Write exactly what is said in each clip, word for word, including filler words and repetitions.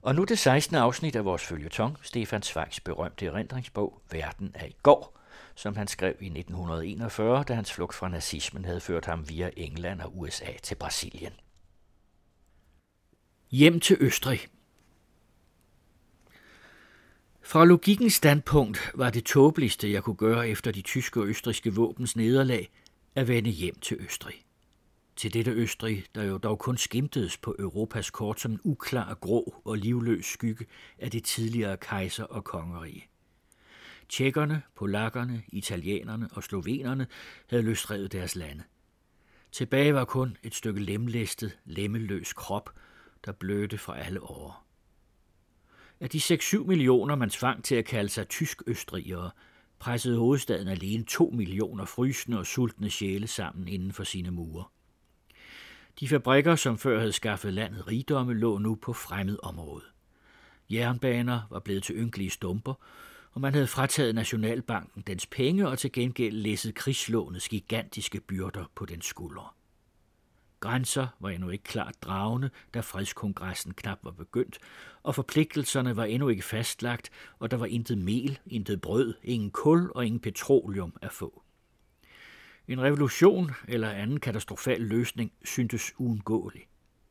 Og nu det sekstende afsnit af vores føljeton, Stefan Zweigs berømte erindringsbog, Verden af i går, som han skrev i nitten enogfyrre, da hans flugt fra nazismen havde ført ham via England og U S A til Brasilien. Hjem til Østrig. Fra logikkens standpunkt var det tåbeligste, jeg kunne gøre efter de tyske og østrigske våbens nederlag, at vende hjem til Østrig. Til dette Østrig, der jo dog kun skimtedes på Europas kort som en uklar, grå og livløs skygge af det tidligere kejser- og kongerige. Tjekkerne, polakkerne, italienerne og slovenerne havde løsrevet deres lande. Tilbage var kun et stykke lemlæstet, lemmeløs krop, der blødte fra alle årer. Af de seks syv millioner, man tvang til at kalde sig tysk-østrigere, pressede hovedstaden alene to millioner frysende og sultne sjæle sammen inden for sine mure. De fabrikker, som før havde skaffet landet rigdomme, lå nu på fremmed område. Jernbaner var blevet til ynkelige stumper, og man havde frataget Nationalbanken dens penge og til gengæld læsset krigslånets gigantiske byrder på dens skuldre. Grænser var endnu ikke klart dragende, da fredskongressen knap var begyndt, og forpligtelserne var endnu ikke fastlagt, og der var intet mel, intet brød, ingen kul og ingen petroleum at få. En revolution eller anden katastrofal løsning syntes uundgåelig.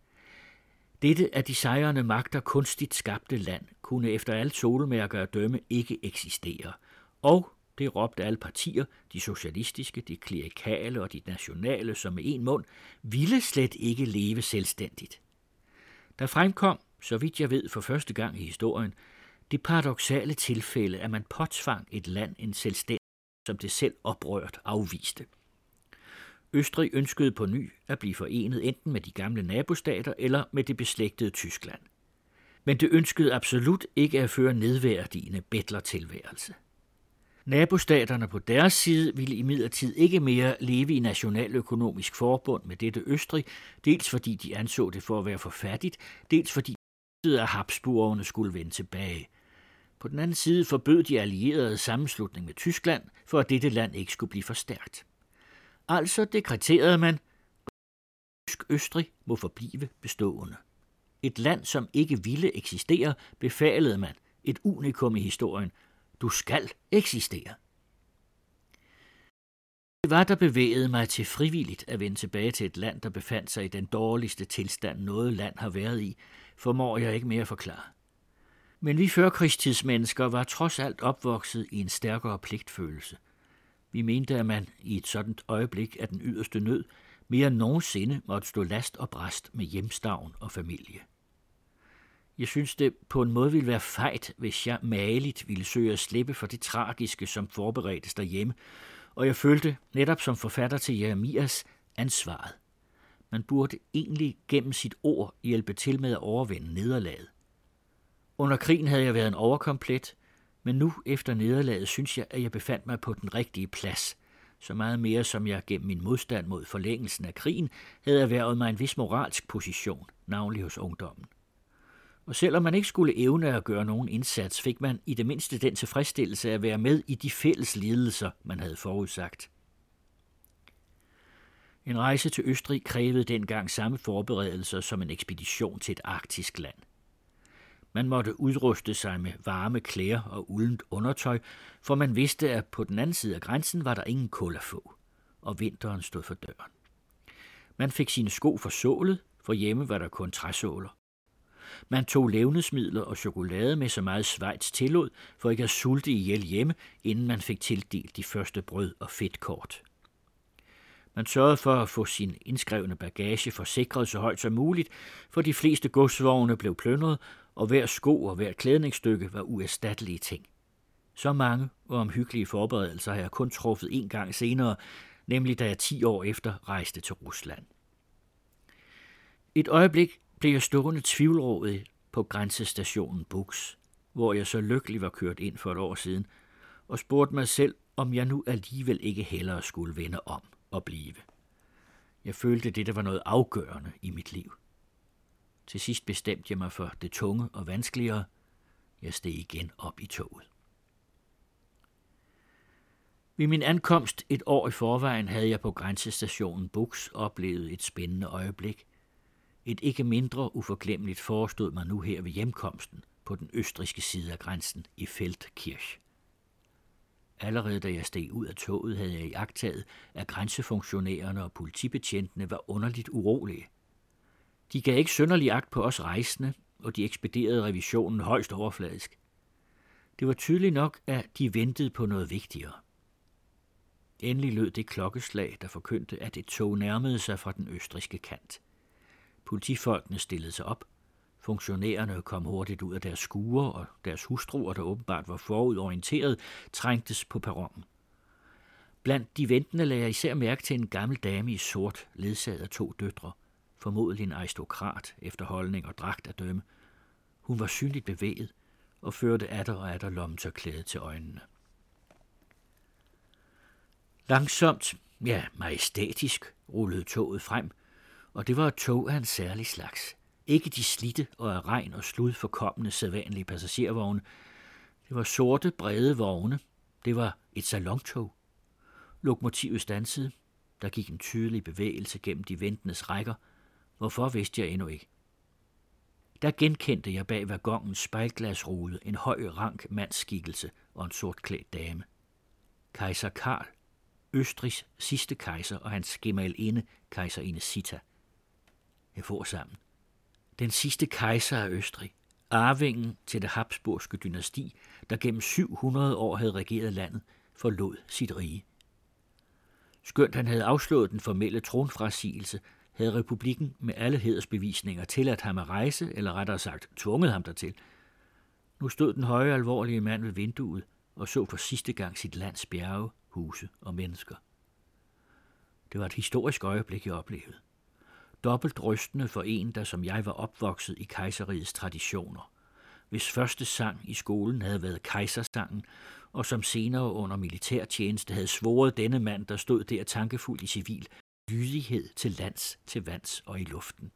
Dette af de sejrende magter kunstigt skabte land kunne efter alle solmærker at dømme ikke eksistere, og det råbte alle partier, de socialistiske, de klerikale og de nationale, som med en mund, ville slet ikke leve selvstændigt. Der fremkom, så vidt jeg ved for første gang i historien, det paradoksale tilfælde, at man påtvang et land en selvstændighed, som det selv oprørt afviste. Østrig ønskede på ny at blive forenet enten med de gamle nabostater eller med det beslægtede Tyskland. Men det ønskede absolut ikke at føre nedværdigende betlertilværelse. Nabostaterne på deres side ville imidlertid ikke mere leve i nationaløkonomisk forbund med dette Østrig, dels fordi de anså det for at være for fattigt, dels fordi at Habsburgerne skulle vende tilbage. På den anden side forbød de allierede sammenslutning med Tyskland, for at dette land ikke skulle blive for stærkt. Altså dekreterede man, at tysk Østrig må forblive bestående. Et land, som ikke ville eksistere, befalede man, et unikum i historien, du skal eksistere. Det var, der bevægede mig til frivilligt at vende tilbage til et land, der befandt sig i den dårligste tilstand, noget land har været i, formår jeg ikke mere at forklare. Men vi førkrigstidsmennesker var trods alt opvokset i en stærkere pligtfølelse. Vi mente, at man i et sådant øjeblik af den yderste nød mere end nogensinde måtte stå last og brast med hjemstavn og familie. Jeg synes, det på en måde ville være fejt, hvis jeg mageligt ville søge at slippe for det tragiske, som forberedtes derhjemme, og jeg følte, netop som forfatter til Jeremias, ansvaret. Man burde egentlig gennem sit ord hjælpe til med at overvinde nederlaget. Under krigen havde jeg været en overkomplet, men nu efter nederlaget synes jeg, at jeg befandt mig på den rigtige plads. Så meget mere som jeg gennem min modstand mod forlængelsen af krigen havde erhvervet mig en vis moralsk position, navnlig hos ungdommen. Og selvom man ikke skulle evne at gøre nogen indsats, fik man i det mindste den tilfredsstillelse at være med i de fælles lidelser, man havde forudsagt. En rejse til Østrig krævede dengang samme forberedelser som en ekspedition til et arktisk land. Man måtte udruste sig med varme klæder og uldent undertøj, for man vidste, at på den anden side af grænsen var der ingen kul at få, og vinteren stod for døren. Man fik sine sko forsålet, for hjemme var der kun træsåler. Man tog levnedsmidler og chokolade med så meget Schweiz tillod, for ikke at sulte ihjel hjemme, inden man fik tildelt de første brød og fedtkort. Man sørgede for at få sin indskrevne bagage forsikret så højt som muligt, for de fleste godsvogne blev plyndret, og hver sko og hver klædningsstykke var uerstattelige ting. Så mange og omhyggelige forberedelser har jeg kun truffet en gang senere, nemlig da jeg ti år efter rejste til Rusland. Et øjeblik blev jeg stående tvivlrådig på grænsestationen Buchs, hvor jeg så lykkelig var kørt ind for et år siden, og spurgte mig selv, om jeg nu alligevel ikke hellere skulle vende om og blive. Jeg følte, at dette var noget afgørende i mit liv. Til sidst bestemte jeg mig for det tunge og vanskeligere. Jeg steg igen op i toget. Ved min ankomst et år i forvejen havde jeg på grænsestationen Buchs oplevet et spændende øjeblik. Et ikke mindre uforglemmeligt forestod mig nu her ved hjemkomsten på den østrigske side af grænsen i Feldkirch. Allerede da jeg steg ud af toget, havde jeg iagttaget, at grænsefunktionærerne og politibetjentene var underligt urolige. De gav ikke synderlig agt på os rejsende, og de ekspederede revisionen højst overfladisk. Det var tydeligt nok, at de ventede på noget vigtigere. Endelig lød det klokkeslag, der forkyndte, at et tog nærmede sig fra den østrigske kant. Politifolkene stillede sig op. Funktionærerne kom hurtigt ud af deres skure, og deres hustruer, der åbenbart var forudorienteret, trængtes på perronen. Blandt de ventende lagde jeg især mærke til en gammel dame i sort, ledsaget af to døtre, formodentlig en aristokrat efter holdning og dragt at dømme. Hun var synligt bevæget og førte atter og atter lommetørklædet til øjnene. Langsomt, ja majestætisk, rullede toget frem, og det var et tog af en særlig slags. Ikke de slitte og af regn og slud forkommende sædvanlige passagervogne. Det var sorte, brede vogne. Det var et salontog. Lokomotivet standsede. Der gik en tydelig bevægelse gennem de ventendes rækker. Hvorfor vidste jeg endnu ikke. Der genkendte jeg bag vagonens spejlglasrude en høj rank mandsskikkelse og en sortklædt dame. Kejser Karl, Østrigs sidste kejser, og hans gemalinde, kejserinde Zita. Jeg får sammen. Den sidste kejser af Østrig, arvingen til det habsburgske dynasti, der gennem syv hundrede år havde regeret landet, forlod sit rige. Skønt han havde afslået den formelle tronfrasigelse, havde republikken med alle hædersbevisninger tilladt ham at rejse, eller rettere sagt tvunget ham dertil. Nu stod den høje, alvorlige mand ved vinduet og så for sidste gang sit lands bjerge, huse og mennesker. Det var et historisk øjeblik, jeg oplevede. Dobbelt rystende for en, der som jeg var opvokset i kejserrigets traditioner, hvis første sang i skolen havde været kejsersangen, og som senere under militærtjeneste havde svoret denne mand, der stod der tankefuldt i civil, lydighed til lands, til vands og i luften.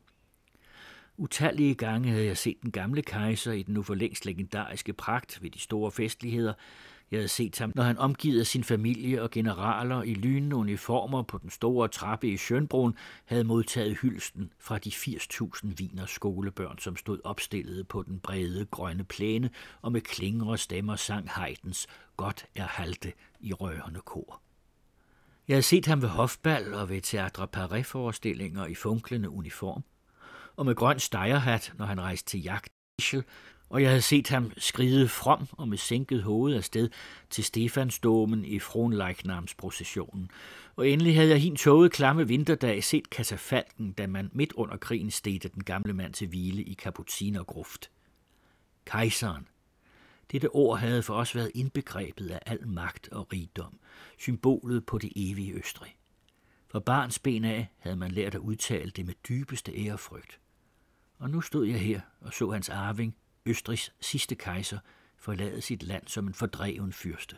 Utallige gange havde jeg set den gamle kejser i den nu for længst legendariske pragt ved de store festligheder. Jeg havde set ham, når han omgivet af sin familie og generaler i lynende uniformer på den store trappe i Schönbrunn havde modtaget hylsten fra de firs tusind Wieners skolebørn, som stod opstillede på den brede grønne plæne og med klingre stemmer sang Haydns "Godt er halte" i rørende kor. Jeg havde set ham ved hofbal og ved Théâtre Paris-forestillinger i funklende uniform, og med grøn stegerhat, når han rejste til jagt, og jeg havde set ham skride from og med sænket hoved afsted til Stefansdomen i Fronleichnamsprocessionen. Og endelig havde jeg hin toget klamme vinterdag set katafalken, da man midt under krigen stedte den gamle mand til hvile i kapucinergruft. Kejseren. Dette ord havde for os været indbegrebet af al magt og rigdom, symbolet på det evige Østrig. Fra barns ben af havde man lært at udtale det med dybeste ærefrygt. Og nu stod jeg her og så hans arving, Østrigs sidste kejser, forlade sit land som en fordreven fyrste.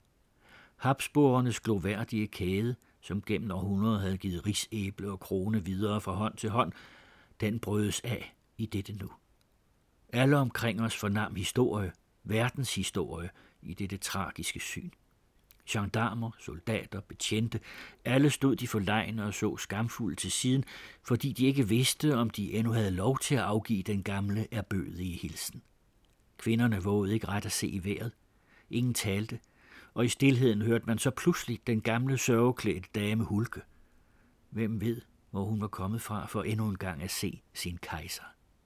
Habsburgernes gloværdige kæde, som gennem århundreder havde givet rigsæble og krone videre fra hånd til hånd, den brødes af i dette nu. Alle omkring os fornam historie, verdenshistorie i dette tragiske syn. Gendarmer, soldater, betjente, alle stod de forlegne og så skamfulde til siden, fordi de ikke vidste, om de endnu havde lov til at afgive den gamle ærbødige hilsen. Kvinderne vågede ikke ret at se i vejret. Ingen talte, og i stilheden hørte man så pludselig den gamle sørgeklædte dame hulke. Hvem ved, hvor hun var kommet fra for endnu en gang at se sin kejser.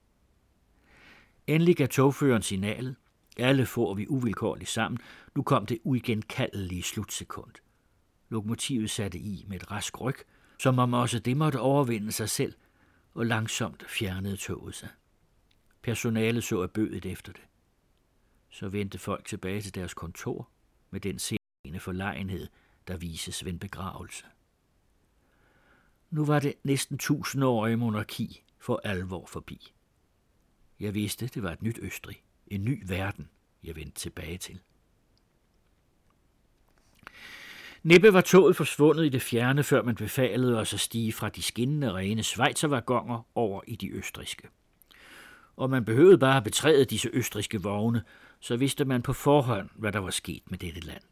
Endelig gav togføreren signalet. Alle får vi uvilkårligt sammen. Nu kom det uigenkaldelige slutsekund. Lokomotivet satte i med et rask ryg, som om også det måtte overvinde sig selv, og langsomt fjernede toget sig. Personalet så erbødigt efter det. Så vendte folk tilbage til deres kontor med den sædvanlige forlegenhed, der vises ved en begravelse. Nu var det næsten tusindårige monarki for alvor forbi. Jeg vidste, det var et nyt Østrig. En ny verden, jeg vendte tilbage til. Næppe var toget forsvundet i det fjerne, før man befalede os at stige fra de skinnende rene schweizerwaggoner over i de østrigske. Og man behøvede bare at betræde disse østrigske vogne, så vidste man på forhånd, hvad der var sket med dette land.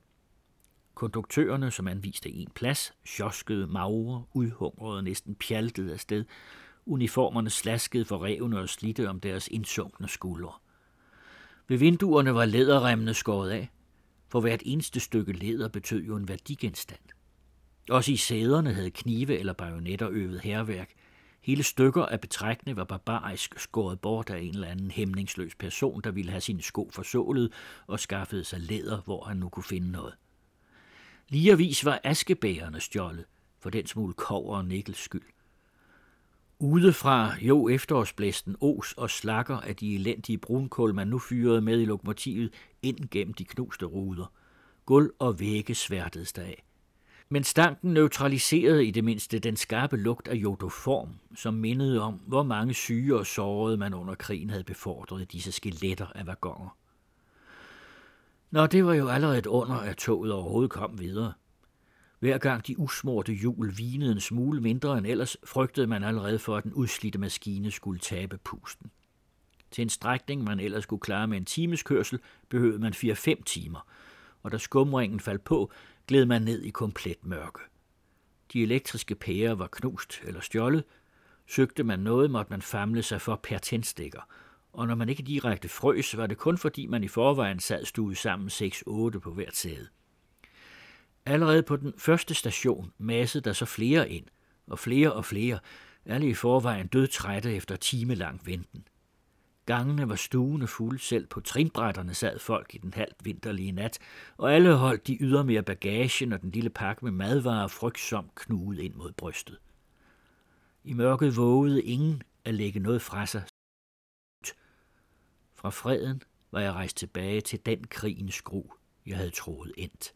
Konduktørerne, som anviste en plads, sjoskede, magre, udhungrede og næsten pjaltede afsted, Uniformerne slaskede for revne og slidte om deres indsunkne skuldre. Ved vinduerne var læderremmene skåret af, for hvert eneste stykke læder betød jo en værdigenstand. Også i sæderne havde knive eller bajonetter øvet hærværk. Hele stykker af betrækkene var barbarisk skåret bort af en eller anden hæmningsløs person, der ville have sine sko forsålet og skaffede sig læder, hvor han nu kunne finde noget. Ligevis var askebærerne stjålet, for den smule kobber og nikkels skyld. Udefra jo efterårsblæsten os og slakker af de elendige brunkål, man nu fyrede med i lokomotivet ind gennem de knuste ruder. Gulv og vægge sværtedes deraf. Men stanken neutraliserede i det mindste den skarpe lugt af jodoform, som mindede om, hvor mange syge og sårede man under krigen havde befordret i disse skeletter af waggoner. Nå, det var jo allerede et under, at toget overhovedet kom videre. Hver gang de usmorte hjul vinede en smule mindre end ellers, frygtede man allerede for, at den udslidte maskine skulle tabe pusten. Til en strækning, man ellers skulle klare med en times kørsel, behøvede man fire fem timer, og da skumringen faldt på, gled man ned i komplet mørke. De elektriske pærer var knust eller stjålet. Søgte man noget, måtte man famle sig for per tændstikker, og når man ikke direkte frøs, var det kun fordi man i forvejen sad stuet sammen seks otte på hvert sæde. Allerede på den første station massede der så flere ind, og flere og flere, alle i forvejen dødtrætte efter timelang venten. Gangene var stuende fulde, selv på trinbrætterne sad folk i den halvt vinterlige nat, og alle holdt de ydermere bagagen og den lille pakke med madvarer frygtsomt knuget ind mod brystet. I mørket vågede ingen at lægge noget fra sig. Fra freden var jeg rejst tilbage til den krigens skru, jeg havde troet endt.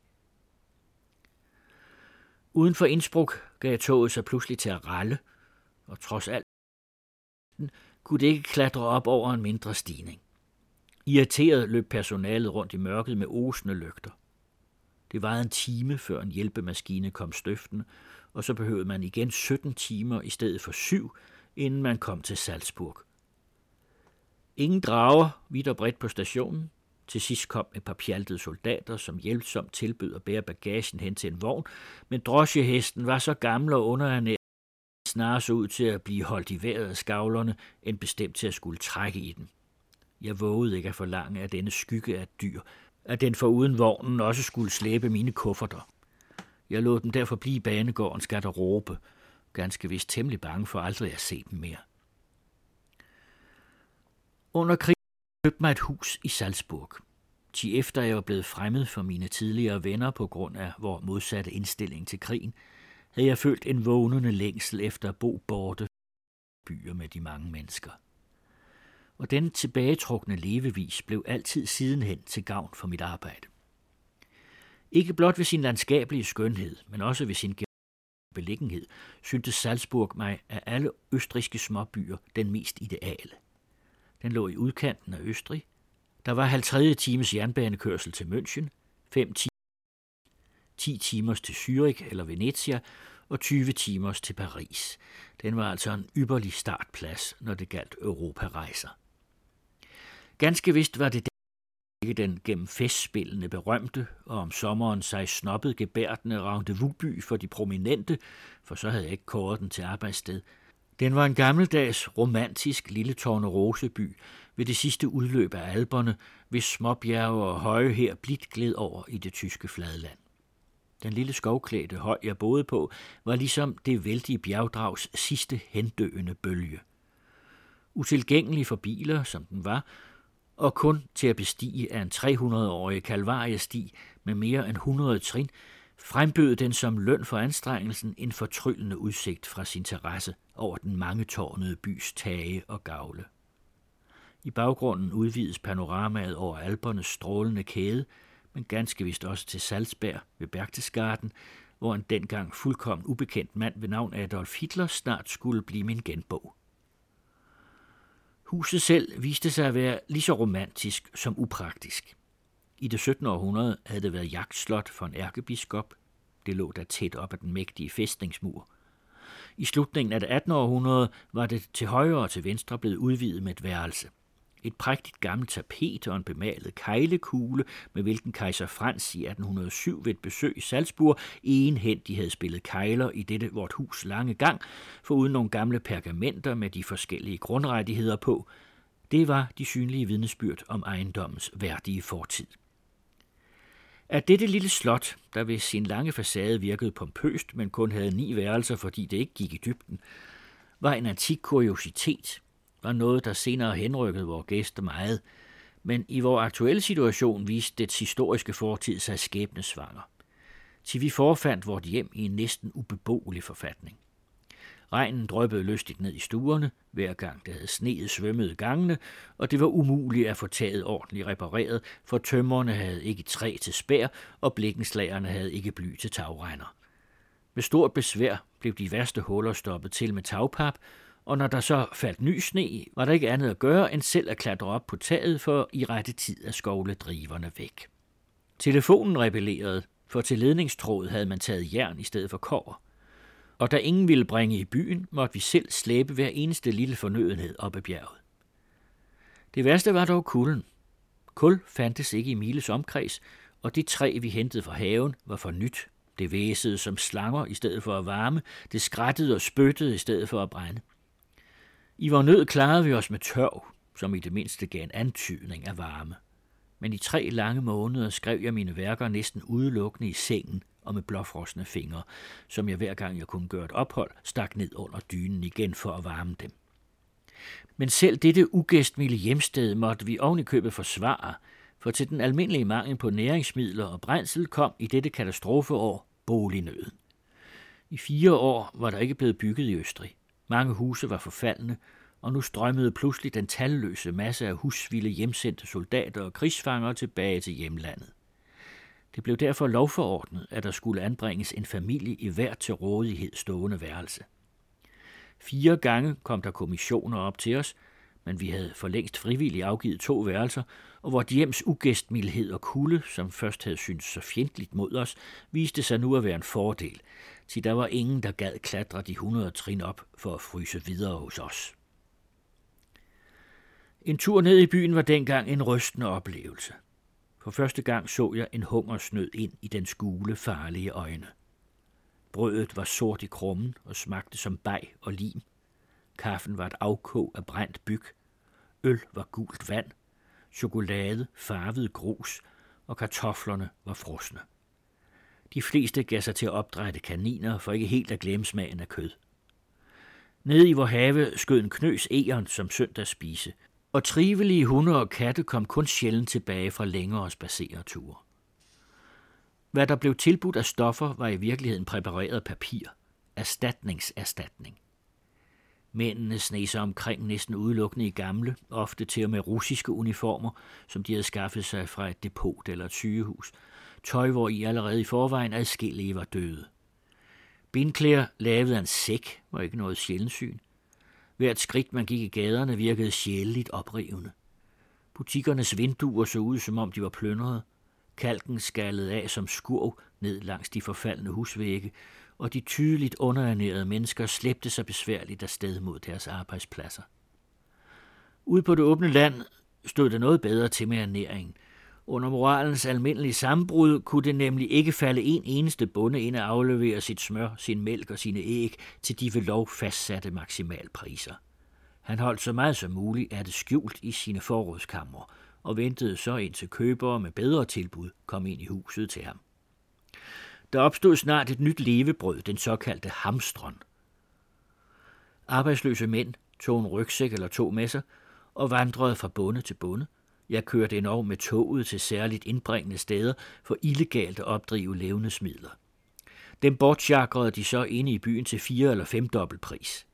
Uden for Innsbruck gav toget sig pludselig til at ralle, og trods alt kunne det ikke klatre op over en mindre stigning. Irriteret løb personalet rundt i mørket med osende lygter. Det varede en time, før en hjælpemaskine kom støftende, og så behøvede man igen sytten timer i stedet for syv, inden man kom til Salzburg. Ingen drager vidt og bredt på stationen. Til sidst kom et par pjaltede soldater, som hjælpsomt tilbød at bære bagagen hen til en vogn, men drosjehesten var så gammel og underernæret, snarere så ud til at blive holdt i vejret af skavlerne, end bestemt til at skulle trække i den. Jeg vågede ikke at forlange af denne skygge af et dyr, at den foruden vognen også skulle slæbe mine kufferter. Jeg lod dem derfor blive i banegårdens garderobe, ganske vist temmelig bange for aldrig at se dem mere. Under krigen købte mig et hus i Salzburg. Ti efter jeg var blevet fremmed for mine tidligere venner på grund af vor modsatte indstilling til krigen, havde jeg følt en vågnende længsel efter at bo borte byer med de mange mennesker. Og den tilbagetrukne levevis blev altid sidenhen til gavn for mit arbejde. Ikke blot ved sin landskabelige skønhed, men også ved sin beliggenhed, syntes Salzburg mig af alle østrigske småbyer den mest ideale. Den lå i udkanten af Østrig. Der var halvtredje times jernbanekørsel til München, fem timer, ti timers til Zürich eller Venezia og tyve timers til Paris. Den var altså en ypperlig startplads, når det galt europarejser. Ganske vist var det ikke den gennem festspillene berømte og om sommeren sig snobbet gebærdende rendezvousby for de prominente, for så havde jeg ikke kåret den til arbejdssted. Den var en gammeldags, romantisk lille Torneroseby ved det sidste udløb af Alperne, hvis småbjerge og høje her blidt gled over i det tyske fladland. Den lille skovklædte høj, jeg boede på, var ligesom det vældige bjergdrags sidste hendøende bølge. Utilgængelig for biler, som den var, og kun til at bestige af en tre hundrede-årig kalvariesti med mere end hundrede trin, frembød den som løn for anstrengelsen en fortryllende udsigt fra sin terrasse over den mangetårnede bys tage og gavle. I baggrunden udvides panoramaet over Alpernes strålende kæde, men ganske vist også til Salzberg ved Berchtesgaden, hvor en dengang fuldkommen ubekendt mand ved navn Adolf Hitler snart skulle blive min genbog. Huset selv viste sig at være lige så romantisk som upraktisk. I det syttende århundrede havde det været jagtslot for en ærkebiskop. Det lå der tæt op ad den mægtige fæstningsmur. I slutningen af det attende århundrede var det til højre og til venstre blevet udvidet med et værelse. et prægtigt gammelt tapet og en bemalet kejlekugle, med hvilken kejser Frans i atten hundrede og syv ved et besøg i Salzburg egenhændigt havde spillet kejler i dette vort hus lange gang, foruden nogle gamle pergamenter med de forskellige grundrettigheder på. Det var de synlige vidnesbyrd om ejendommens værdige fortid. Af dette lille slot, der ved sin lange facade virkede pompøst, men kun havde ni værelser, fordi det ikke gik i dybden, var en antik kuriositet, var noget, der senere henrykkede vores gæster meget, men i vores aktuelle situation viste dets historiske fortid sig skæbnesvanger. Til vi forfandt vort hjem i en næsten ubeboelig forfatning. Regnen dryppede lystigt ned i stuerne, hver gang det havde sneet svømmede gangene, og det var umuligt at få taget ordentligt repareret, for tømmerne havde ikke træ til spær, og blikkenslagerne havde ikke bly til tagregner. Med stort besvær blev de værste huller stoppet til med tagpap, og når der så faldt ny sne, var der ikke andet at gøre end selv at klatre op på taget for i rette tid at skovle driverne væk. Telefonen rebellerede, for til ledningstrådet havde man taget jern i stedet for kobber. Og da ingen ville bringe i byen, måtte vi selv slæbe hver eneste lille fornødenhed op ad bjerget. Det værste var dog kulden. Kul fandtes ikke i miles omkreds, og det træ, vi hentede fra haven, var for nyt. Det væsede som slanger i stedet for at varme, det skrættede og spyttede i stedet for at brænde. I vor nød klarede vi os med tørv, som i det mindste gav en antydning af varme. Men i tre lange måneder skrev jeg mine værker næsten udelukkende i sengen og med blåfrosne fingre, som jeg hver gang jeg kunne gøre et ophold, stak ned under dynen igen for at varme dem. Men selv dette ugæstmilde hjemsted måtte vi oven i købet forsvare, for til den almindelige mangel på næringsmidler og brændsel kom i dette katastrofeår bolignøden. I fire år var der ikke blevet bygget i Østrig. Mange huse var forfaldne, og nu strømmede pludselig den talløse masse af husvilde hjemsendte soldater og krigsfangere tilbage til hjemlandet. Det blev derfor lovforordnet, at der skulle anbringes en familie i hver til rådighed stående værelse. Fire gange kom der kommissioner op til os, men vi havde for længst frivilligt afgivet to værelser, og vort hjems ugæstmildhed og kulde, som først havde syntes så fjendtligt mod os, viste sig nu at være en fordel, til der var ingen, der gad klatre de hundrede trin op for at fryse videre hos os. En tur ned i byen var dengang en rystende oplevelse. For første gang så jeg en hungersnød ind i den skule farlige øjne. Brødet var sort i krummen og smagte som beg og lim. Kaffen var et afkog af brændt byg. Øl var gult vand. Chokolade farvede grus, og kartoflerne var frosne. De fleste gav sig til at opdrætte kaniner, for ikke helt at glemme smagen af kød. Nede i vor have skød en knøs egern som søndagsspise, og trivelige hunde og katte kom kun sjældent tilbage fra længere spacereture. Hvad der blev tilbudt af stoffer, var i virkeligheden præpareret papir. Erstatningserstatning. Mændene sneg sig omkring næsten udelukkende i gamle, ofte til og med russiske uniformer, som de havde skaffet sig fra et depot eller et sygehus. Tøj, hvor i allerede i forvejen adskillige var døde. Bindklæder lavet af en sæk var ikke noget sjældensyn. Hvert skridt, man gik i gaderne, virkede sjældent oprivende. Butikkernes vinduer så ud, som om de var plyndrede. Kalken skallede af som skurv ned langs de forfaldne husvægge, og de tydeligt underernærede mennesker slæbte sig besværligt afsted mod deres arbejdspladser. Ude på det åbne land stod det noget bedre til med ernæringen. Under moralens almindelige sammenbrud kunne det nemlig ikke falde en eneste bonde ind at aflevere sit smør, sin mælk og sine æg til de ved lov fastsatte maksimalpriser. Han holdt så meget som muligt af det skjult i sine forrådskamre og ventede så indtil købere med bedre tilbud kom ind i huset til ham. Der opstod snart et nyt levebrød, den såkaldte hamstron. Arbejdsløse mænd tog en rygsæk eller to med sig og vandrede fra bonde til bonde. Jeg kørte endnu med toget til særligt indbringende steder for illegalt at opdrive levnedsmidler. Dem bortsjakrede de så inde i byen til fire eller fem dobbelt pris.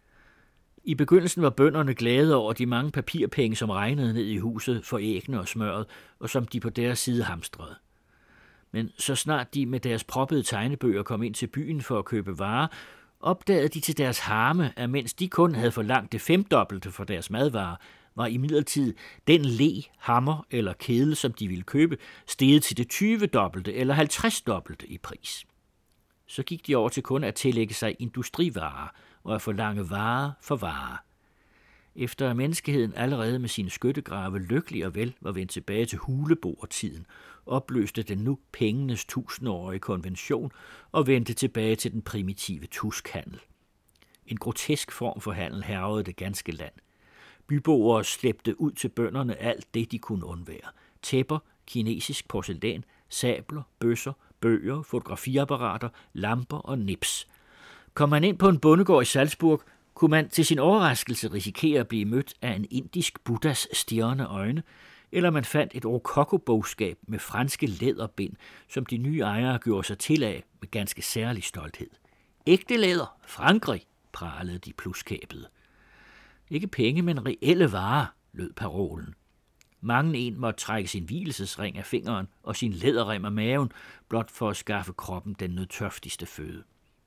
I begyndelsen var bønderne glade over de mange papirpenge, som regnede ned i huset for æggene og smøret, og som de på deres side hamstrede. Men så snart de med deres proppede tegnebøger kom ind til byen for at købe varer, opdagede de til deres harme, at mens de kun havde forlangt det femdobbelte for deres madvarer, var imidlertid den le, hammer eller kedel, som de ville købe, steget til det tyve-dobbelte eller halvtreds-dobbelte i pris. Så gik de over til kun at tillægge sig industrivarer og at forlange varer for varer. efter at menneskeheden allerede med sine skyttegrave lykkelig og vel var vendt tilbage til huleboertiden, opløste den nu pengenes tusindårige konvention og vendte tilbage til den primitive tuskhandel. En grotesk form for handel hærgede det ganske land. Byboere slæbte ud til bønderne alt det, de kunne undvære. Tæpper, kinesisk porcelæn, sabler, bøsser, bøger, fotografiapparater, lamper og nips. Kom man ind på en bondegård i Salzburg, kunne man til sin overraskelse risikere at blive mødt af en indisk buddhas stirrende øjne, eller man fandt et rokokobogskab med franske læderbind, som de nye ejere gjorde sig til af med ganske særlig stolthed. Ægte læder, Frankrig, pralede de pluskæbede. Ikke penge, men reelle varer, lød parolen. Mange en måtte trække sin hvilesesring af fingeren og sin læderrem af maven, blot for at skaffe kroppen den nødtørftigste føde.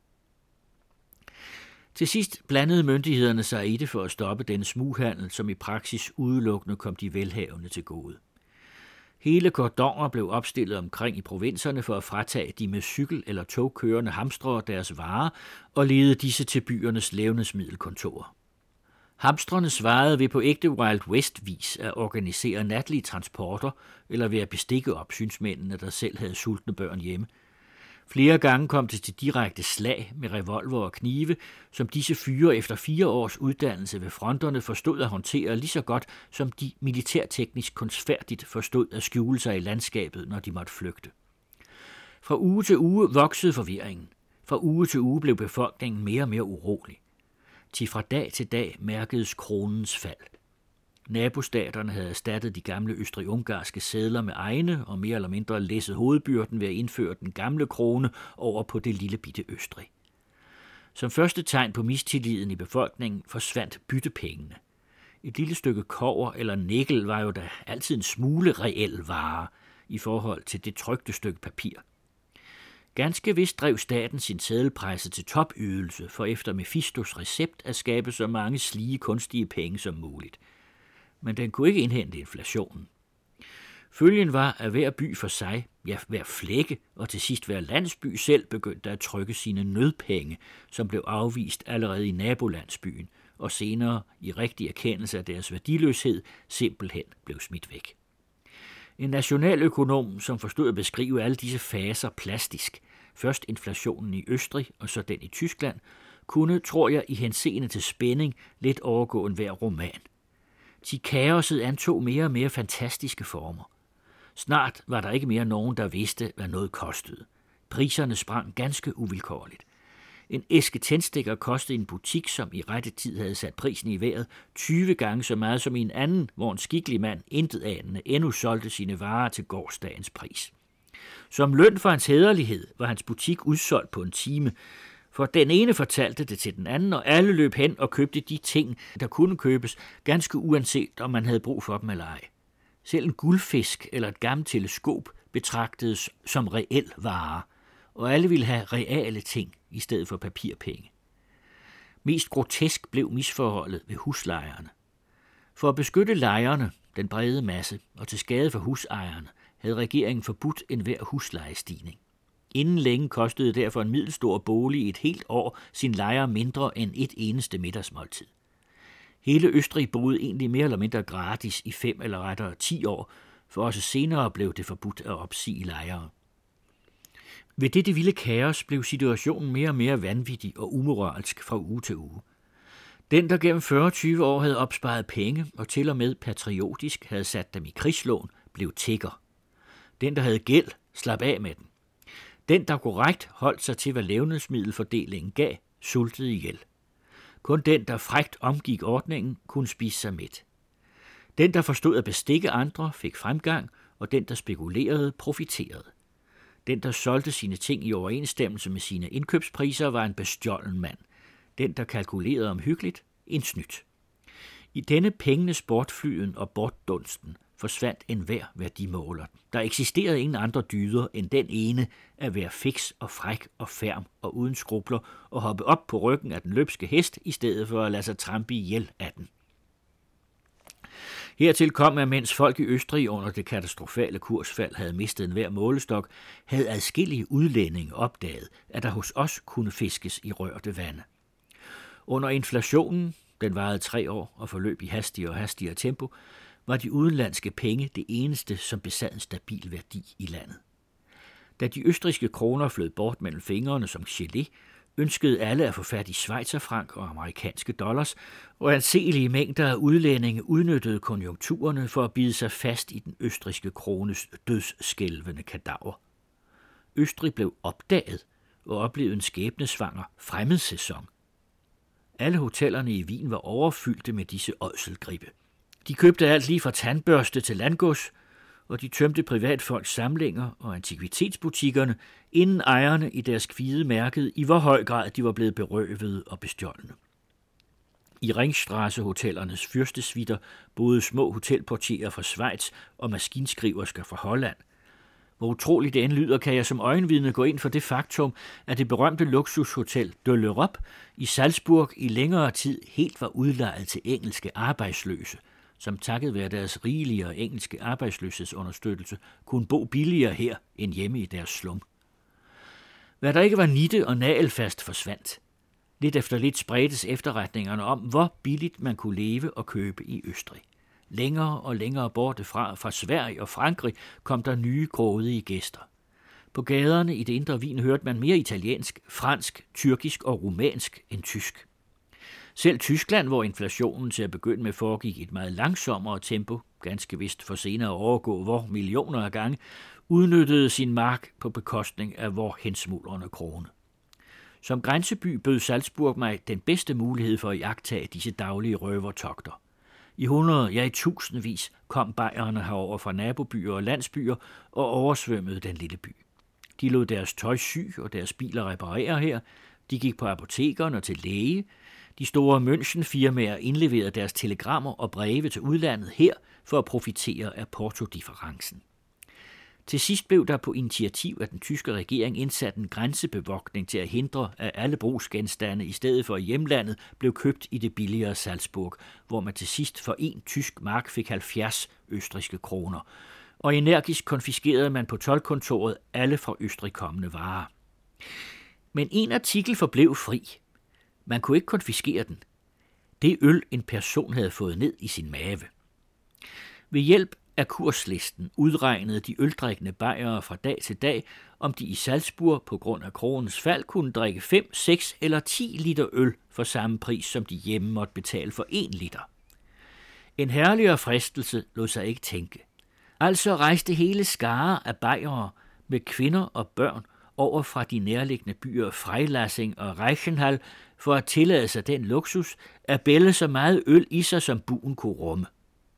Til sidst blandede myndighederne sig i det for at stoppe denne smughandel, som i praksis udelukkende kom de velhavende til gode. Hele kordoner blev opstillet omkring i provinserne for at fratage de med cykel- eller togkørende hamstrere deres varer og lede disse til byernes levnedsmiddelkontorer. Hamstrene svarede ved på ægte Wild West-vis at organisere natlige transporter eller ved at bestikke opsynsmændene, der selv havde sultne børn hjemme. Flere gange kom det til direkte slag med revolver og knive, som disse fyre efter fire års uddannelse ved fronterne forstod at håndtere lige så godt, som de militærteknisk kunstfærdigt forstod at skjule sig i landskabet, når de måtte flygte. Fra uge til uge voksede forvirringen. Fra uge til uge blev befolkningen mere og mere urolig. Til fra dag til dag mærkedes kronens fald. Nabostaterne havde erstattet de gamle østrig-ungarske sedler med egne og mere eller mindre læsset hovedbyrden ved at indføre den gamle krone over på det lille bitte Østrig. Som første tegn på mistilliden i befolkningen forsvandt byttepengene. Et lille stykke kobber eller nikkel var jo da altid en smule reel vare i forhold til det trykte stykke papir. Ganske vist drev staten sin seddelpresse til topydelse for efter Mephistos recept at skabe så mange slige kunstige penge som muligt. Men den kunne ikke indhente inflationen. Følgen var, at hver by for sig, ja hver flække og til sidst hver landsby selv begyndte at trykke sine nødpenge, som blev afvist allerede i nabolandsbyen, og senere i rigtig erkendelse af deres værdiløshed simpelthen blev smidt væk. En nationaløkonom, som forstod at beskrive alle disse faser plastisk, først inflationen i Østrig og så den i Tyskland, kunne, tror jeg, i henseende til spænding lidt overgå enhver roman. De kaoset antog mere og mere fantastiske former. Snart var der ikke mere nogen, der vidste, hvad noget kostede. Priserne sprang ganske uvilkårligt. En æske tændstikker kostede en butik, som i rette tid havde sat prisen i vejret, tyve gange så meget som i en anden, hvor en skikkelig mand, intet anende, endnu solgte sine varer til gårsdagens pris. Som løn for hans hæderlighed var hans butik udsolgt på en time, for den ene fortalte det til den anden, og alle løb hen og købte de ting, der kunne købes, ganske uanset om man havde brug for dem eller ej. Selv en guldfisk eller et gammelt teleskop betragtedes som reel vare, og alle ville have reale ting i stedet for papirpenge. Mest grotesk blev misforholdet ved huslejerne. For at beskytte lejerne, den brede masse, og til skade for husejerne, havde regeringen forbudt enhver huslejestigning. Inden længe kostede derfor en middelstor bolig i et helt år sin lejer mindre end et eneste middagsmåltid. Hele Østrig boede egentlig mere eller mindre gratis i fem eller rettere ti år, for også senere blev det forbudt at opsige lejere. Ved dette vilde kaos blev situationen mere og mere vanvittig og umoralsk fra uge til uge. Den, der gennem fyrre til tyve år havde opsparet penge og til og med patriotisk havde sat dem i krigslån, blev tigger. Den, der havde gæld, slap af med den. Den, der korrekt holdt sig til, hvad levnedsmiddelfordelingen gav, sultede ihjel. Kun den, der frækt omgik ordningen, kunne spise sig mæt. Den, der forstod at bestikke andre, fik fremgang, og den, der spekulerede, profiterede. Den, der solgte sine ting i overensstemmelse med sine indkøbspriser, var en bestjålen mand. Den, der kalkulerede omhyggeligt, en snydt. I denne pengenes bortflyden og bortdunsten forsvandt enhver værdimåler. Der eksisterede ingen andre dyder end den ene at være fiks og fræk og ferm og uden skrubler og hoppe op på ryggen af den løbske hest i stedet for at lade sig trampe ihjel af den. Hertil kom, at mens folk i Østrig under det katastrofale kursfald havde mistet enhver målestok, havde adskillige udlændinge opdaget, at der hos os kunne fiskes i rørte vande. Under inflationen, den varede tre år og forløb i hastigere og hastigere tempo, var de udenlandske penge det eneste, som besad en stabil værdi i landet. Da de østrigske kroner flød bort mellem fingrene som gelé, ønskede alle at få fat i schweizerfranc og amerikanske dollars, og anselige mængder af udlændinge udnyttede konjunkturerne for at bide sig fast i den østrigske krones dødsskælvende kadaver. Østrig blev opdaget og oplevede en skæbnesvanger fremmedssæson. Alle hotellerne i Wien var overfyldte med disse ådselgribe. De købte alt lige fra tandbørste til landgods, og de tømte privatfolks samlinger og antikvitetsbutikkerne, inden ejerne i deres kvide mærkede, i hvor høj grad de var blevet berøvet og bestjålne. I Ringstrasse-hotellernes fyrstesvitter boede små hotelportierer fra Schweiz og maskinskriversker fra Holland. Hvor utroligt det end lyder, kan jeg som øjenvidne gå ind for det faktum, at det berømte luksushotel de l'Europe i Salzburg i længere tid helt var udlejet til engelske arbejdsløse, som takket være deres rigeligere engelske arbejdsløshedsunderstøttelse kunne bo billigere her end hjemme i deres slum. Hvad der ikke var nitte og nagelfast forsvandt. Lidt efter lidt spredtes efterretningerne om, hvor billigt man kunne leve og købe i Østrig. Længere og længere borte fra, fra Sverige og Frankrig, kom der nye grådige gæster. På gaderne i det indre Wien hørte man mere italiensk, fransk, tyrkisk og rumænsk end tysk. Selv Tyskland, hvor inflationen til at begynde med foregik i et meget langsommere tempo, ganske vist for senere at overgå vor millioner af gange, udnyttede sin mark på bekostning af vor hensmuldrende krone. Som grænseby bød Salzburg mig den bedste mulighed for at iagttage disse daglige røvertogter. I hundrede, ja i tusindvis kom bayerne herover fra nabobyer og landsbyer og oversvømmede den lille by. De lod deres tøj sy og deres biler reparere her, de gik på apotekerne og til læge, de store München-firmaer indleverede deres telegrammer og breve til udlandet her for at profitere af portodifferencen. Til sidst blev der på initiativ af den tyske regering indsat en grænsebevogtning til at hindre, at alle brugsgenstande i stedet for hjemlandet blev købt i det billigere Salzburg, hvor man til sidst for en tysk mark fik halvfjerds østrigske kroner, og energisk konfiskerede man på toldkontoret alle fra Østrig kommende varer. Men en artikel forblev fri. Man kunne ikke konfiskere den. Det øl, en person havde fået ned i sin mave. Ved hjælp af kurslisten udregnede de øldrikkende bajere fra dag til dag, om de i Salzburg på grund af kronens fald kunne drikke fem, seks eller ti liter øl for samme pris, som de hjemme måtte betale for en liter. En herligere fristelse lod sig ikke tænke. Altså rejste hele skare af bajere med kvinder og børn over fra de nærliggende byer Freilassing og Reichenhall for at tillade sig den luksus at bælge så meget øl i sig, som buen kunne rumme.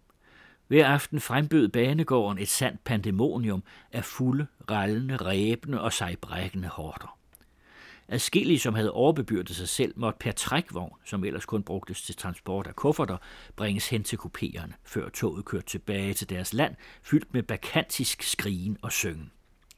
Hver aften frembød banegården et sandt pandemonium af fulde, rallende, ræbende og sejbrækkende horder. Adskillige, som havde overbebyrdet sig selv, måtte per trækvogn, som ellers kun brugtes til transport af kufferter, bringes hen til kupéerne, før toget kørte tilbage til deres land, fyldt med bakantisk skrigen og syngen.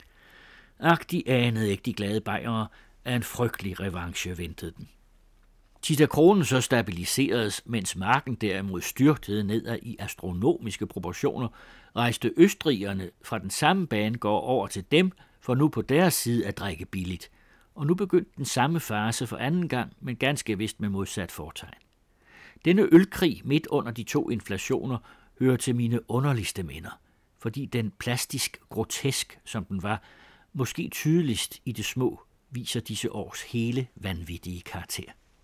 Ak, de anede ikke de glade bajere, at en frygtelig revanche ventede dem. Til da kronen så stabiliseredes, mens marken derimod styrtede nedad i astronomiske proportioner, rejste østrigerne fra den samme banegård over til dem, for nu på deres side at drikke billigt. Og nu begyndte den samme farce for anden gang, men ganske vist med modsat fortegn. Denne ølkrig midt under de to inflationer hører til mine underligste minder, fordi den plastisk grotesk, som den var, måske tydeligst i det små, viser disse års hele vanvittige karakter.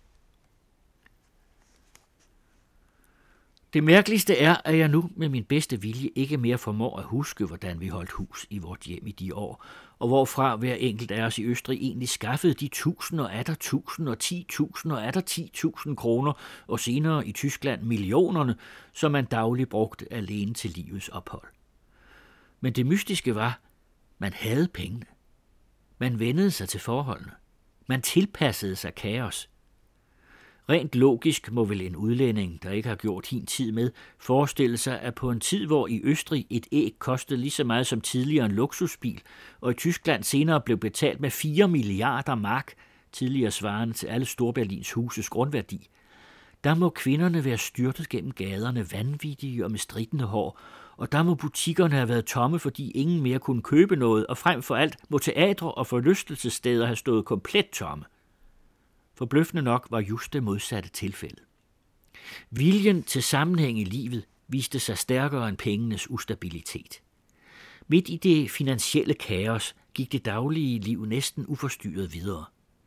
Det mærkeligste er, at jeg nu med min bedste vilje ikke mere formår at huske, hvordan vi holdt hus i vort hjem i de år, og hvorfra hver enkelt af os i Østrig egentlig skaffede de tusind og atter tusind og ti tusind og atter ti tusind kroner, og senere i Tyskland millionerne, som man dagligt brugte alene til livets ophold. Men det mystiske var, man havde pengene. Man vendede sig til forholdene. Man tilpassede sig kaos. Rent logisk må vel en udlænding, der ikke har gjort hin tid med, forestille sig, at på en tid, hvor i Østrig et æg kostede lige så meget som tidligere en luksusbil, og i Tyskland senere blev betalt med fire milliarder mark, tidligere svarende til alle Storberlins huses grundværdi, der må kvinderne være styrtet gennem gaderne vanvittige og med strittende hår, og der må butikkerne have været tomme, fordi ingen mere kunne købe noget, og frem for alt må teatre og forlystelsessteder have stået komplet tomme. Forbløffende nok var just det modsatte tilfælde. Viljen til sammenhæng i livet viste sig stærkere end pengenes ustabilitet. Midt i det finansielle kaos gik det daglige liv næsten uforstyrret videre.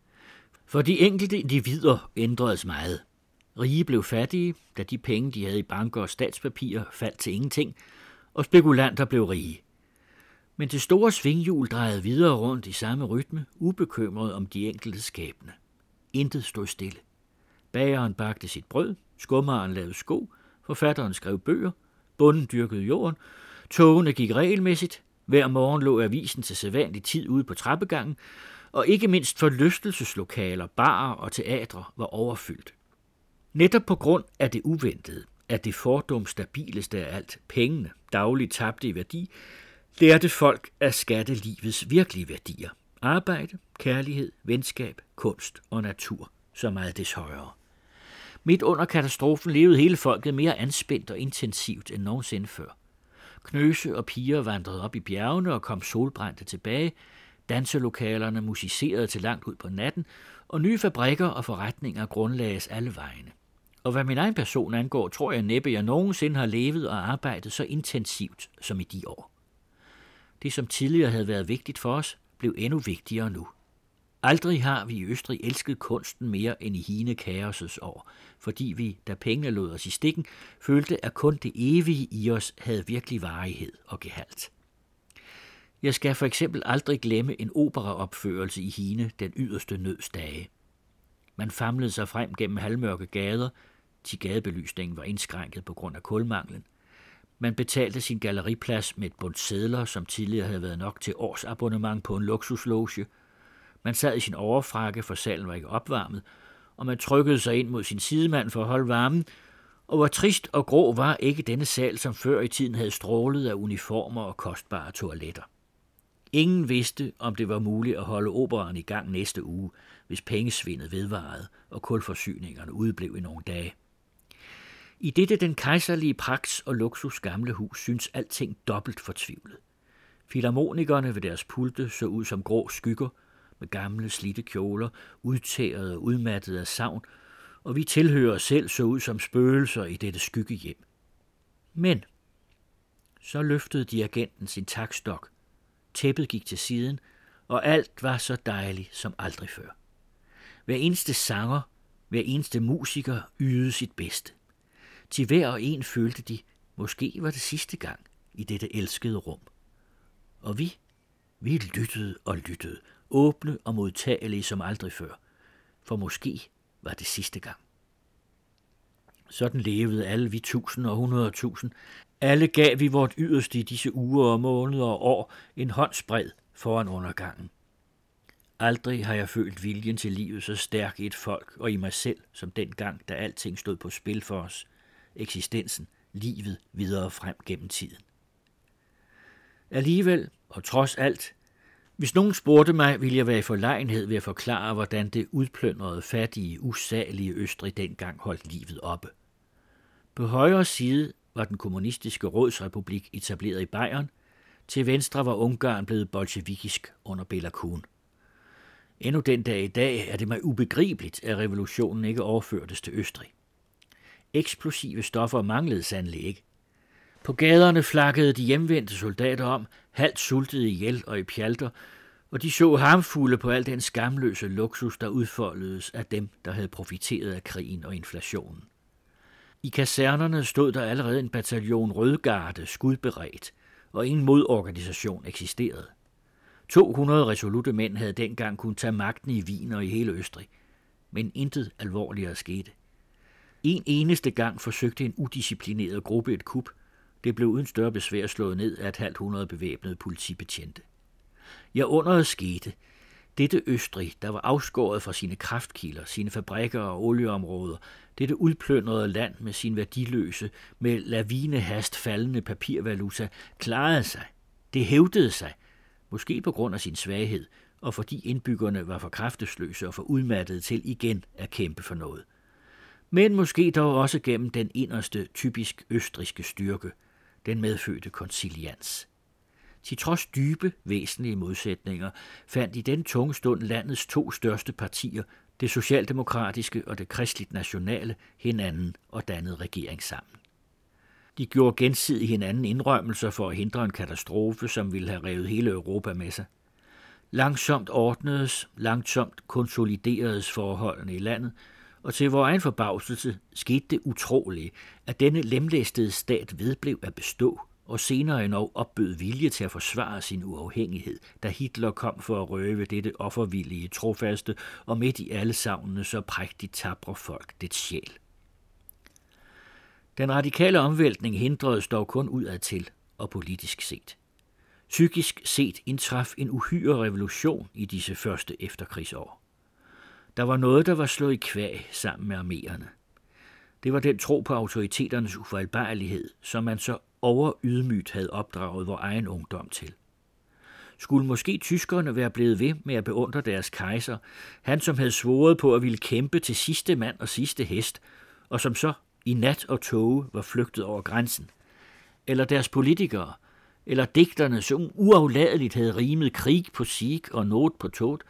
For de enkelte individer ændredes meget. Rige blev fattige, da de penge, de havde i banker og statspapirer, faldt til ingenting, og spekulanter blev rige. Men det store svinghjul drejede videre rundt i samme rytme, ubekymret om de enkelte skæbne. Intet stod stille. Bageren bagte sit brød, skummeren lavede sko, forfatteren skrev bøger, bonden dyrkede jorden, togene gik regelmæssigt, hver morgen lå avisen til sædvanlig tid ude på trappegangen, og ikke mindst forlystelseslokaler, barer og teatre var overfyldt. Netop på grund af det uventede, at det fordum stabileste af alt, pengene, dagligt tabte i værdi, lærte folk at skatte livets virkelige værdier. Arbejde, kærlighed, venskab, kunst og natur, så meget des højere. Midt under katastrofen levede hele folket mere anspændt og intensivt end nogensinde før. Knøse og piger vandrede op i bjergene og kom solbrændte tilbage, danselokalerne musicerede til langt ud på natten, og nye fabrikker og forretninger grundlagdes alle vegne. Og hvad min egen person angår, tror jeg næppe, jeg nogensinde har levet og arbejdet så intensivt som i de år. Det, som tidligere havde været vigtigt for os, blev endnu vigtigere nu. Aldrig har vi i Østrig elsket kunsten mere end i hine kaosets år, fordi vi, da pengene lod os i stikken, følte, at kun det evige i os havde virkelig varighed og gehalt. Jeg skal for eksempel aldrig glemme en operaopførelse i hine den yderste nøds dage. Man famlede sig frem gennem halvmørke gader, til gadebelysningen var indskrænket på grund af kulmanglen. Man betalte sin galleriplads med et bundt sedler, som tidligere havde været nok til årsabonnement på en luksusloge. Man sad i sin overfrakke, for salen var ikke opvarmet, og man trykkede sig ind mod sin sidemand for at holde varmen, og hvor trist og grå var ikke denne sal, som før i tiden havde strålet af uniformer og kostbare toiletter. Ingen vidste, om det var muligt at holde operaen i gang næste uge, hvis pengesvindet vedvarede og kulforsyningerne udeblev i nogle dage. I dette den kejserlige pragts og luksus gamle hus synes alting dobbelt fortvivlet. Filharmonikerne ved deres pulte så ud som grå skygger, med gamle slidte kjoler, udtærede og udmattede af savn, og vi tilhører selv så ud som spøgelser i dette skyggehjem. Men så løftede dirigenten sin takstok, tæppet gik til siden, og alt var så dejligt som aldrig før. Hver eneste sanger, hver eneste musiker ydede sit bedste. Til hver og en følte de, måske var det sidste gang i dette elskede rum. Og vi, vi lyttede og lyttede, åbne og modtagelige som aldrig før, for måske var det sidste gang. Sådan levede alle vi tusind og hundrede tusind. Alle gav vi vort yderste i disse uger og måneder og år en håndsbred foran undergangen. Aldrig har jeg følt viljen til livet så stærk i et folk og i mig selv, som dengang, da alting stod på spil for os. Eksistensen, livet videre frem gennem tiden. Alligevel, og trods alt, hvis nogen spurgte mig, ville jeg være i forlegenhed ved at forklare, hvordan det udplyndrede, fattige, usagelige Østrig dengang holdt livet oppe. På højre side var den kommunistiske rådsrepublik etableret i Bayern, til venstre var Ungarn blevet bolsjevikisk under Bela Kun. Endnu den dag i dag er det mig ubegribeligt, at revolutionen ikke overførtes til Østrig. Eksplosive stoffer manglede sandelig ikke. På gaderne flakkede de hjemvendte soldater om, halvt sultede ihjel og i pjalter, og de så harmfulde på al den skamløse luksus, der udfoldedes af dem, der havde profiteret af krigen og inflationen. I kasernerne stod der allerede en bataljon rødgarde skudberedt, og ingen modorganisation eksisterede. to hundrede resolute mænd havde dengang kunnet tage magten i Wien og i hele Østrig, men intet alvorligere skete. En eneste gang forsøgte en udisciplineret gruppe et kup. Det blev uden større besvær slået ned af et halvt hundrede bevæbnede politibetjente. Ja, underet skete. Dette Østrig, der var afskåret fra sine kraftkilder, sine fabrikker og olieområder, dette udplyndrede land med sin værdiløse, med lavinehast faldende papirvaluta, klarede sig. Det hævdede sig, måske på grund af sin svaghed, og fordi indbyggerne var for kraftesløse og for udmattede til igen at kæmpe for noget. Men måske dog også gennem den inderste, typisk østrigske styrke, den medfødte konsilians. Til trods dybe, væsentlige modsætninger, fandt i den tunge stund landets to største partier det socialdemokratiske og det kristeligt nationale hinanden og dannede regering sammen. De gjorde gensidigt hinanden indrømmelser for at hindre en katastrofe, som ville have revet hele Europa med sig. Langsomt ordnedes, langsomt konsolideredes forholdene i landet, og til vor egen forbavselse skete det utrolige, at denne lemlæstede stat vedblev at bestå, og senere endnu opbød vilje til at forsvare sin uafhængighed, da Hitler kom for at røve dette offervillige, trofaste og midt i alle savnene så prægtigt tabre folk dets sjæl. Den radikale omvæltning hindredes dog kun udadtil og politisk set. Psykisk set indtraf en uhyre revolution i disse første efterkrigsår. Der var noget, der var slået i kvæg sammen med arméerne. Det var den tro på autoriteternes ufejlbarlighed, som man så overydmygt havde opdraget vor egen ungdom til. Skulle måske tyskerne være blevet ved med at beundre deres kejser, han som havde svoret på at ville kæmpe til sidste mand og sidste hest, og som så i nat og tåge var flygtet over grænsen? Eller deres politikere, eller digterne, som uafladeligt havde rimet krig på sig og not på tot?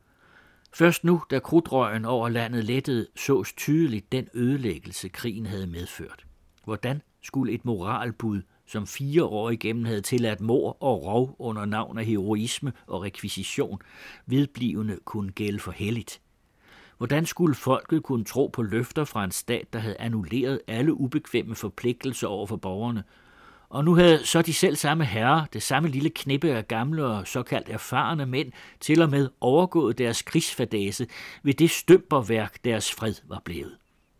Først nu, da krudtrøgen over landet lettede, sås tydeligt den ødelæggelse, krigen havde medført. Hvordan skulle et moralbud, som fire år igennem havde tilladt mord og rov under navn af heroisme og rekvisition, vedblivende kunne gælde for helligt? Hvordan skulle folket kunne tro på løfter fra en stat, der havde annulleret alle ubekvemme forpligtelser over for borgerne? Og nu havde så de selv samme herrer, det samme lille knippe af gamle og såkaldt erfarne mænd, til og med overgået deres krigsfadase ved det stømperværk, deres fred var blevet.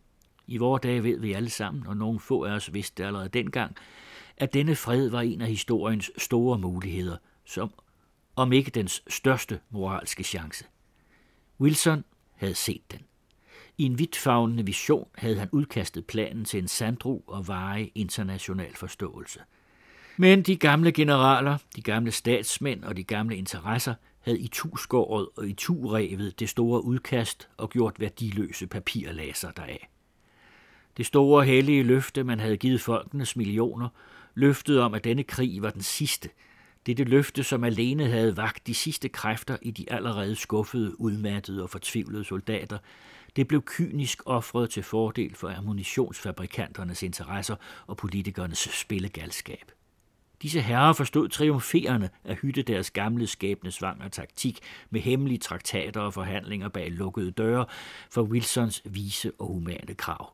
I vore dage ved vi alle sammen, og nogle få af os vidste allerede dengang, at denne fred var en af historiens store muligheder, som om ikke dens største moralske chance. Wilson havde set den. I en vidtfavnende vision havde han udkastet planen til en sandro og varig international forståelse. Men de gamle generaler, de gamle statsmænd og de gamle interesser havde i tuskåret og i turevet det store udkast og gjort værdiløse papirlaser deraf. Det store hellige løfte, man havde givet folkenes millioner, løftet om, at denne krig var den sidste. Dette løfte, som alene havde vakt de sidste kræfter i de allerede skuffede, udmattede og fortvivlede soldater, det blev kynisk ofret til fordel for ammunitionsfabrikanternes interesser og politikernes spillegalskab. Disse herrer forstod triumferende at hytte deres gamle skæbnesvangre taktik med hemmelige traktater og forhandlinger bag lukkede døre for Wilsons vise og humane krav.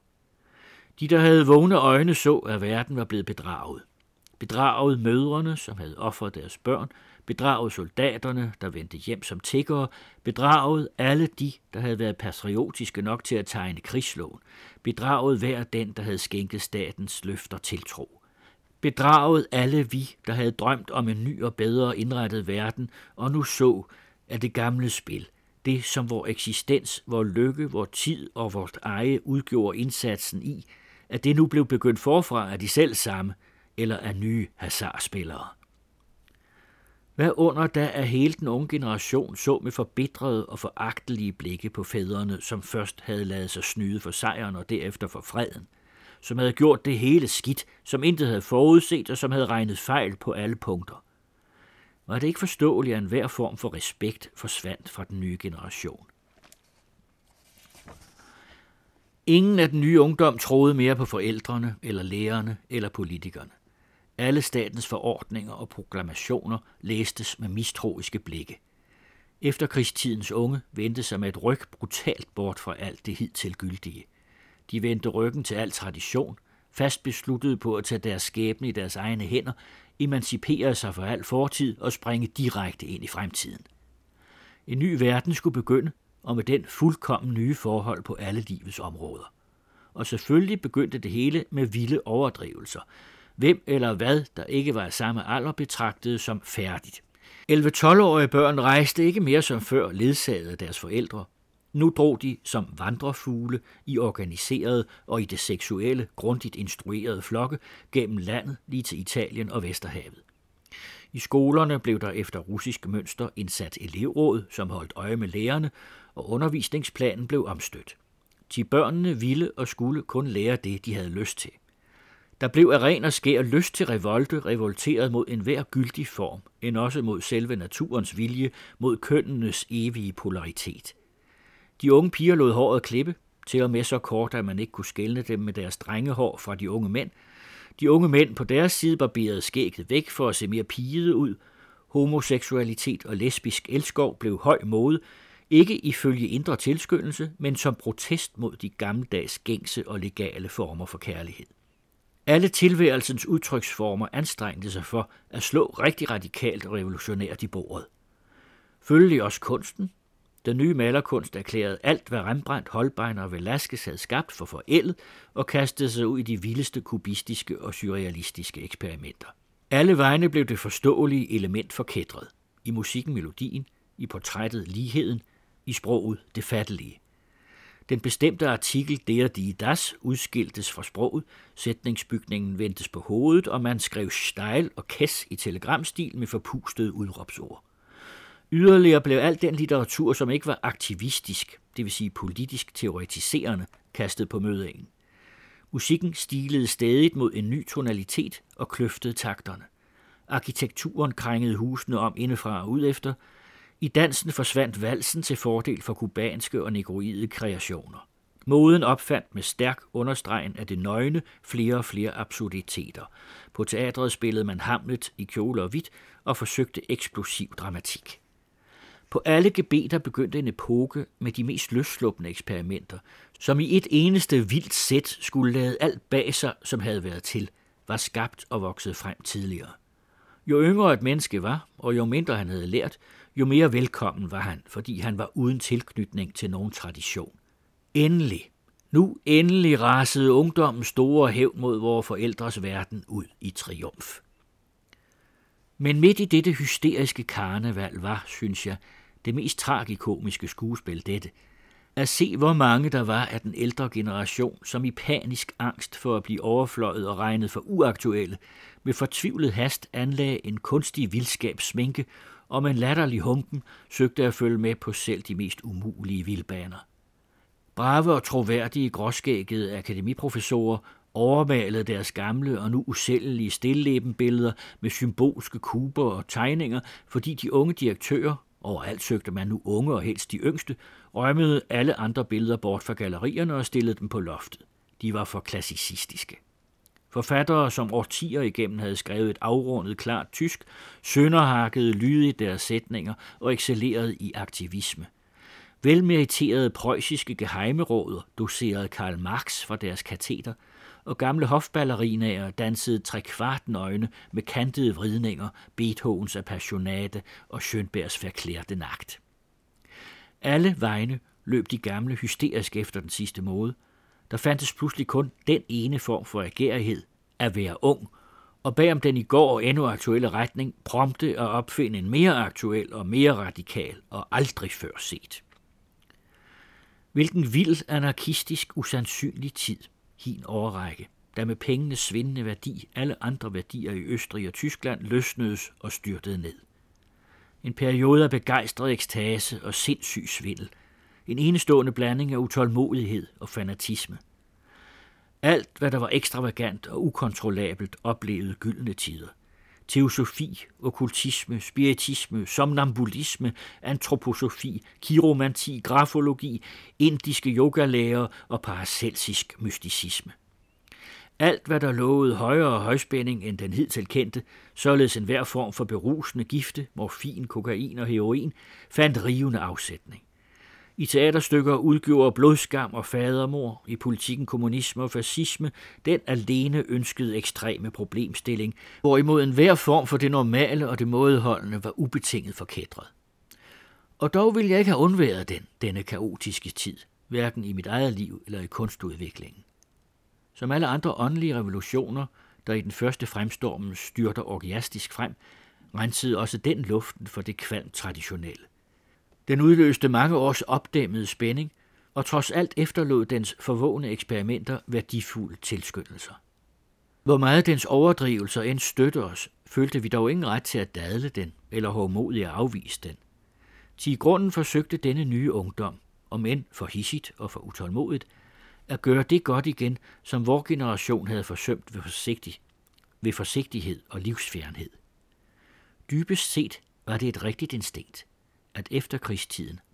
De, der havde vågne øjne, så, at verden var blevet bedraget. Bedraget mødrene, som havde offret deres børn, bedraget soldaterne, der vendte hjem som tiggere, bedraget alle de, der havde været patriotiske nok til at tegne krigsloven, bedraget hver den, der havde skænket statens løfter tiltro. Bedraget alle vi, der havde drømt om en ny og bedre indrettet verden, og nu så, at det gamle spil, det som vor eksistens, vor lykke, vor tid og vort eje udgjorde indsatsen i, at det nu blev begyndt forfra af de selv samme, eller af nye hasardspillere. Hvad under da af hele den unge generation så med forbitrede og foragtelige blikke på fædrene, som først havde ladet sig snyde for sejren og derefter for freden, som havde gjort det hele skidt, som intet havde forudset og som havde regnet fejl på alle punkter. Var det ikke forståeligt, at enhver form for respekt forsvandt fra den nye generation? Ingen af den nye ungdom troede mere på forældrene, eller lærerne, eller politikerne. Alle statens forordninger og proklamationer læstes med mistroiske blikke. Efterkrigstidens unge vendte sig med et ryg brutalt bort fra alt det hidtil gyldige. De vendte ryggen til al tradition, fast besluttede på at tage deres skæbne i deres egne hænder, emancipere sig fra al fortid og springe direkte ind i fremtiden. En ny verden skulle begynde, og med den fuldkommen nye forhold på alle livets områder. Og selvfølgelig begyndte det hele med vilde overdrivelser. Hvem eller hvad, der ikke var af samme alder, betragtede som færdigt. elleve-tolv-årige børn rejste ikke mere som før ledsaget af deres forældre. Nu drog de som vandrefugle i organiserede og i det seksuelle, grundigt instruerede flokke gennem landet lige til Italien og Vesterhavet. I skolerne blev der efter russisk mønster indsat elevråd, som holdt øje med lærerne, og undervisningsplanen blev omstødt. De børnene ville og skulle kun lære det, de havde lyst til. Der blev af ren og skær lyst til revolte revolteret mod enhver gyldig form, end også mod selve naturens vilje, mod kønnenes evige polaritet. De unge piger lod håret klippe, til og med så kort, at man ikke kunne skelne dem med deres drengehår fra de unge mænd. De unge mænd på deres side barberede skægget væk for at se mere pigede ud. Homoseksualitet og lesbisk elskov blev høj mode, ikke ifølge indre tilskyndelse, men som protest mod de gammeldags gængse og legale former for kærlighed. Alle tilværelsens udtryksformer anstrengte sig for at slå rigtig radikalt og revolutionært i bordet. Følgelig også kunsten. Den nye malerkunst erklærede alt, hvad Rembrandt, Holbein og Velázquez havde skabt for forældet og kastede sig ud i de vildeste kubistiske og surrealistiske eksperimenter. Alle vegne blev det forståelige element forkætret. I musikken melodien, i portrættet ligheden, i sproget det fattelige. Den bestemte artikel der die das udskiltes fra sproget, sætningsbygningen vendtes på hovedet, og man skrev stejl og kæs i telegramstil med forpustede udråbsord. Yderligere blev al den litteratur, som ikke var aktivistisk, det vil sige politisk teoretiserende, kastet på mødingen. Musikken stilede stadigt mod en ny tonalitet og kløftede takterne. Arkitekturen krængede husene om indefra og ud efter. I dansen forsvandt valsen til fordel for kubanske og negroide kreationer. Moden opfandt med stærk understregen af det nøgne flere og flere absurditeter. På teatret spillede man Hamlet i kjole og hvidt og forsøgte eksplosiv dramatik. På alle gebider begyndte en epoke med de mest løsslupne eksperimenter, som i et eneste vildt sæt skulle lade alt bag sig, som havde været til, var skabt og vokset frem tidligere. Jo yngre et menneske var, og jo mindre han havde lært, jo mere velkommen var han, fordi han var uden tilknytning til nogen tradition. Endelig, nu endelig rasede ungdommens store hævn mod vores forældres verden ud i triumf. Men midt i dette hysteriske karneval var, synes jeg, det mest tragikomiske skuespil dette, at se, hvor mange der var af den ældre generation, som i panisk angst for at blive overfløjet og regnet for uaktuelle, med fortvivlet hast anlagde en kunstig vildskabssminke, og med en latterlig humpen søgte at følge med på selv de mest umulige vildbaner. Brave og troværdige gråskæggede akademiprofessorer overmalede deres gamle og nu usælgelige stillelæbenbilleder med symbolske kuber og tegninger, fordi de unge direktører, overalt søgte man nu unge og helst de yngste, rømmede alle andre billeder bort fra gallerierne og stillede dem på loftet. De var for klassicistiske. Forfattere, som årtier igennem havde skrevet et afrundet, klart tysk, sønderhakkede lydigt deres sætninger og excellerede i aktivisme. Velmeriterede preussiske gehejmeråder doserede Karl Marx fra deres kateter, og gamle hofballerinaer dansede trekvartnøgne med kantede vridninger, Beethovens Appassionate og Schönbergs Verklærte Nagt. Alle vegne løb de gamle hysterisk efter den sidste mode. Der fandtes pludselig kun den ene form for agerighed, at være ung, og bagom den i går endnu aktuelle retning prompte at opfinde en mere aktuel og mere radikal og aldrig før set. Hvilken vild, anarkistisk, usandsynlig tid, hin overrække, der med pengenes svindende værdi alle andre værdier i Østrig og Tyskland løsnedes og styrtede ned. En periode af begejstret ekstase og sindssyg svindel. En enestående blanding af utålmodighed og fanatisme. Alt, hvad der var ekstravagant og ukontrollabelt, oplevede gyldne tider. Teosofi, okkultisme, spiritisme, somnambulisme, antroposofi, kiromanti, grafologi, indiske yogalærer og paracelsisk mysticisme. Alt, hvad der lovede højere højspænding end den hidtil kendte, således enhver form for berusende gifte, morfin, kokain og heroin, fandt rivende afsætning. I teaterstykker udgjorde blodskam og fadermord, i politikken kommunisme og fascisme, den alene ønskede ekstreme problemstilling, hvorimod enhver form for det normale og det mådeholdende var ubetinget forkætret. Og dog ville jeg ikke have undværet den, denne kaotiske tid, hverken i mit eget liv eller i kunstudviklingen. Som alle andre åndelige revolutioner, der i den første fremstormen styrter orgiastisk frem, rensede også den luften for det kvalm traditionelle. Den udløste mange års opdæmmede spænding, og trods alt efterlod dens forvågne eksperimenter værdifulde tilskyndelser. Hvor meget dens overdrivelser end støtte os, følte vi dog ingen ret til at dadle den eller hårdmodigt at afvise den. Til i grunden forsøgte denne nye ungdom, om end for hissigt og for utålmodigt, at gøre det godt igen, som vor generation havde forsømt ved, forsigtig, ved forsigtighed og livsfjernhed. Dybest set var det et rigtigt instinkt, at efterkrigstiden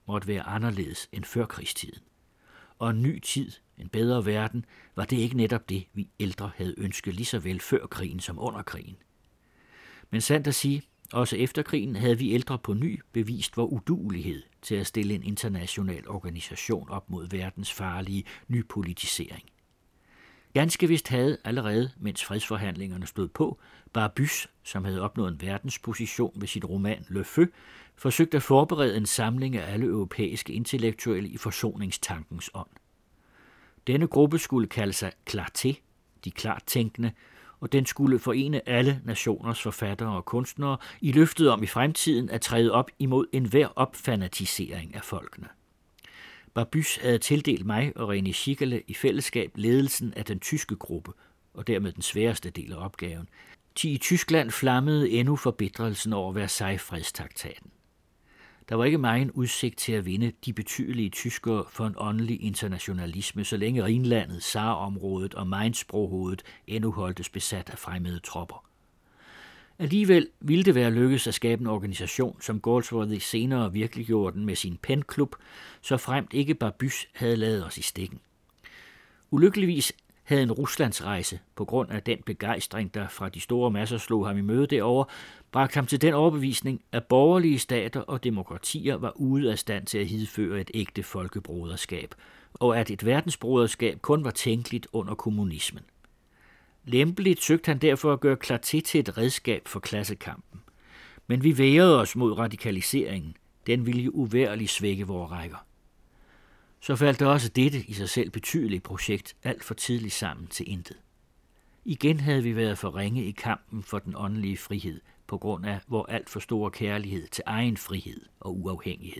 måtte være anderledes end før krigstiden. Og en ny tid, en bedre verden, var det ikke netop det, vi ældre havde ønsket lige så vel før krigen som under krigen. Men sandt at sige, også efter krigen havde vi ældre på ny bevist vor uduelighed til at stille en international organisation op mod verdens farlige nypolitisering. Ganske vist havde allerede, mens fredsforhandlingerne stod på, Barbusse, som havde opnået en verdensposition ved sit roman Le Feu, forsøgt at forberede en samling af alle europæiske intellektuelle i forsoningstankens ånd. Denne gruppe skulle kalde sig Clarté, de klart tænkende, og den skulle forene alle nationers forfattere og kunstnere i løftet om i fremtiden at træde op imod enhver opfanatisering af folkene. Barbusse havde tildelt mig og René Schickerle i fællesskab ledelsen af den tyske gruppe, og dermed den sværeste del af opgaven. Til i Tyskland flammede endnu forbitrelsen over Versailles-fredstraktaten. Der var ikke meget udsigt til at vinde de betydelige tyskere for en åndelig internationalisme, så længe Rhinlandet, Saarområdet og Mainz-brohovedet endnu holdtes besat af fremmede tropper. Alligevel ville det være lykkedes at skabe en organisation, som Galsworthy senere virkeliggjorde den med sin penklub, så fremt ikke Barbusse havde ladet os i stikken. Ulykkeligvis havde en Ruslandsrejse, på grund af den begejstring, der fra de store masser slog ham i møde derovre, bragt ham til den overbevisning, at borgerlige stater og demokratier var ude af stand til at hidføre et ægte folkebroderskab, og at et verdensbroderskab kun var tænkeligt under kommunismen. Lempeligt søgte han derfor at gøre Clarté til et redskab for klassekampen. Men vi vægrede os mod radikaliseringen. Den ville jo uværligt svække vores rækker. Så faldt der også dette i sig selv betydelige projekt alt for tidligt sammen til intet. Igen havde vi været for ringe i kampen for den åndelige frihed, på grund af vor alt for store kærlighed til egen frihed og uafhængighed.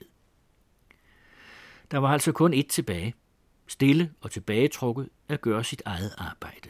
Der var altså kun ét tilbage, stille og tilbagetrukket at gøre sit eget arbejde.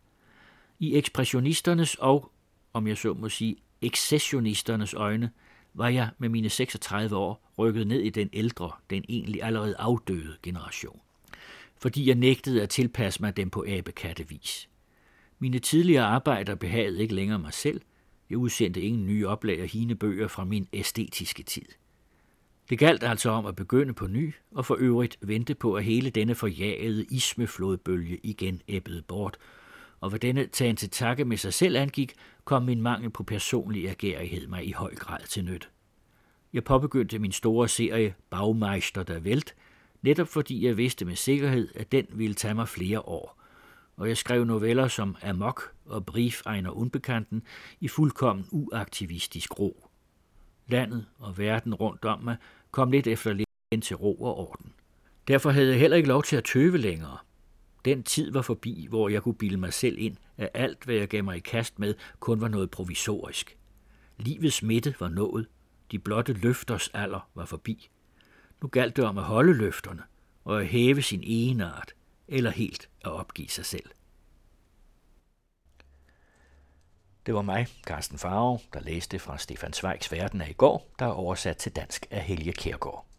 I ekspressionisternes og, om jeg så må sige, excessionisternes øjne, var jeg med mine seksogtredive år rykket ned i den ældre, den egentlig allerede afdøde generation. Fordi jeg nægtede at tilpasse mig dem på abekattevis. Mine tidligere arbejder behagede ikke længere mig selv. Jeg udsendte ingen nye oplag af hinebøger fra min æstetiske tid. Det galt altså om at begynde på ny, og for øvrigt vente på, at hele denne forjagede ismeflodbølge igen æbbede bort, og hvad denne tagen til takke med sig selv angik, kom min mangel på personlig ergærighed mig i høj grad til nytte. Jeg påbegyndte min store serie Baumeister der Welt, netop fordi jeg vidste med sikkerhed, at den ville tage mig flere år, og jeg skrev noveller som Amok og Brief einer Unbekannten i fuldkommen uaktivistisk ro. Landet og verden rundt om mig kom lidt efter lidt ind til ro og orden. Derfor havde jeg heller ikke lov til at tøve længere. Den tid var forbi, hvor jeg kunne bilde mig selv ind, at alt, hvad jeg gav mig i kast med, kun var noget provisorisk. Livets midte var nået. De blotte løfters alder var forbi. Nu galt det om at holde løfterne og at hæve sin egenart, eller helt at opgive sig selv. Det var mig, Carsten Farve, der læste fra Stefan Zweigs Verden af i går, der er oversat til dansk af Helge Kjærgaard.